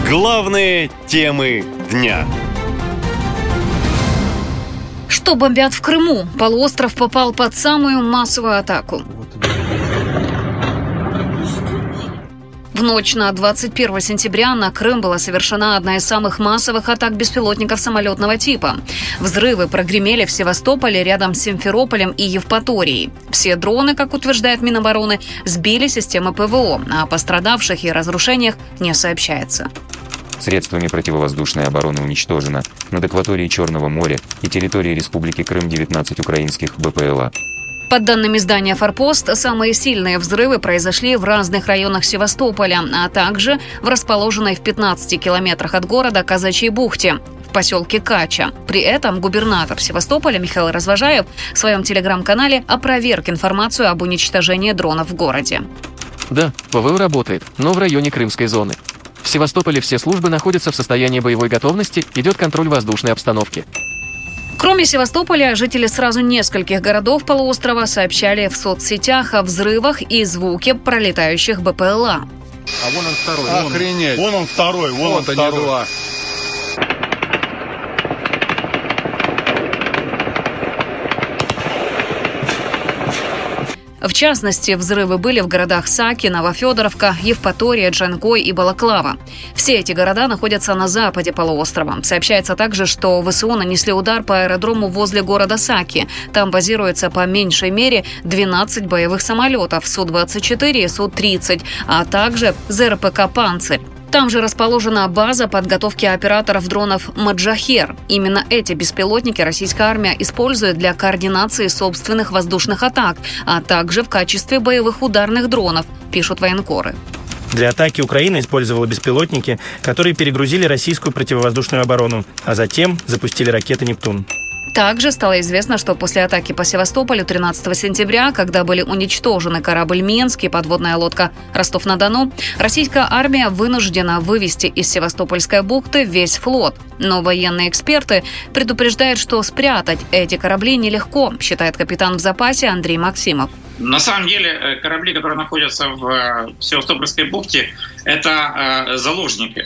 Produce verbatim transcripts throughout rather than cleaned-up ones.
Главные темы дня. Что бомбят в Крыму? Полуостров попал под самую массовую атаку. В ночь на двадцать первое сентября на Крым была совершена одна из самых массовых атак беспилотников самолетного типа. Взрывы прогремели в Севастополе рядом с Симферополем и Евпаторией. Все дроны, как утверждает Минобороны, сбили системы ПВО, а о пострадавших и разрушениях не сообщается. Средствами противовоздушной обороны уничтожено над акваторией Черного моря и территорией Республики Крым девятнадцать украинских БПЛА. По данным издания «Форпост», самые сильные взрывы произошли в разных районах Севастополя, а также в расположенной в пятнадцати километрах от города Казачьей бухте, в поселке Кача. При этом губернатор Севастополя Михаил Развожаев в своем телеграм-канале опроверг информацию об уничтожении дронов в городе. Да, ПВО работает, но в районе Крымской зоны. В Севастополе все службы находятся в состоянии боевой готовности, идет контроль воздушной обстановки. Кроме Севастополя, жители сразу нескольких городов полуострова сообщали в соцсетях о взрывах и звуке пролетающих БПЛА. А вон он второй. Охренеть. Вон он второй, вон вот он второй. Два. В частности, взрывы были в городах Саки, Новофедоровка, Евпатория, Джангой и Балаклава. Все эти города находятся на западе полуострова. Сообщается также, что ВСУ нанесли удар по аэродрому возле города Саки. Там базируется по меньшей мере двенадцать боевых самолетов Су двадцать четыре и Су тридцать, а также ЗРПК «Панцирь». Там же расположена база подготовки операторов дронов «Маджахер». Именно эти беспилотники российская армия использует для координации собственных воздушных атак, а также в качестве боевых ударных дронов, пишут военкоры. Для атаки Украина использовала беспилотники, которые перегрузили российскую противовоздушную оборону, а затем запустили ракеты «Нептун». Также стало известно, что после атаки по Севастополю тринадцатого сентября, когда были уничтожены корабль «Минск» и подводная лодка «Ростов-на-Дону», российская армия вынуждена вывести из Севастопольской бухты весь флот. Но военные эксперты предупреждают, что спрятать эти корабли нелегко, считает капитан в запасе Андрей Максимов. На самом деле корабли, которые находятся в Севастопольской бухте, это заложники.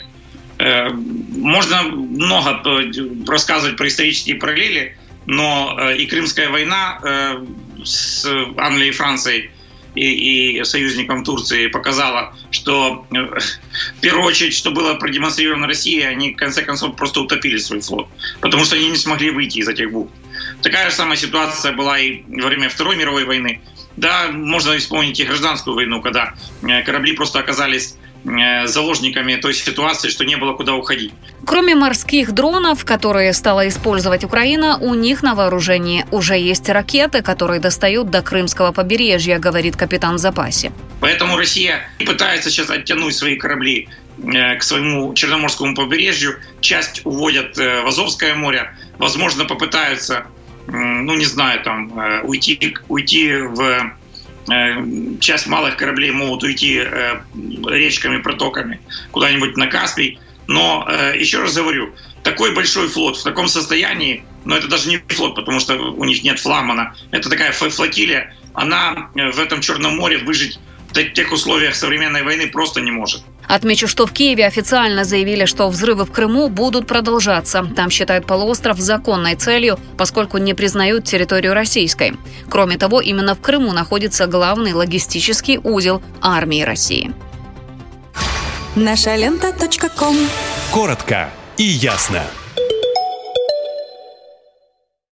Можно много рассказывать про исторические параллели, но и Крымская война с Англией и Францией и, и союзником Турции показала, что в первую очередь, что было продемонстрировано России, они в конце концов просто утопили свой флот, потому что они не смогли выйти из этих бухт. Такая же самая ситуация была и во время Второй мировой войны. Да, можно вспомнить и гражданскую войну, когда корабли просто оказались заложниками той ситуации, что не было куда уходить. Кроме морских дронов, которые стала использовать Украина, у них на вооружении уже есть ракеты, которые достают до крымского побережья, говорит капитан в запасе. Поэтому Россия пытается сейчас оттянуть свои корабли к своему Черноморскому побережью. Часть уводят в Азовское море. Возможно, попытаются, ну не знаю, там уйти, уйти в... Часть малых кораблей могут уйти э, речками, протоками куда-нибудь на Каспий. Но, э, еще раз говорю, такой большой флот в таком состоянии, но это даже не флот, потому что у них нет флагмана, это такая флотилия, она в этом Черном море выжить в тех условиях современной войны просто не может. Отмечу, что в Киеве официально заявили, что взрывы в Крыму будут продолжаться. Там считают полуостров законной целью, поскольку не признают территорию российской. Кроме того, именно в Крыму находится главный логистический узел армии России. наша лента точка ком. Коротко и ясно.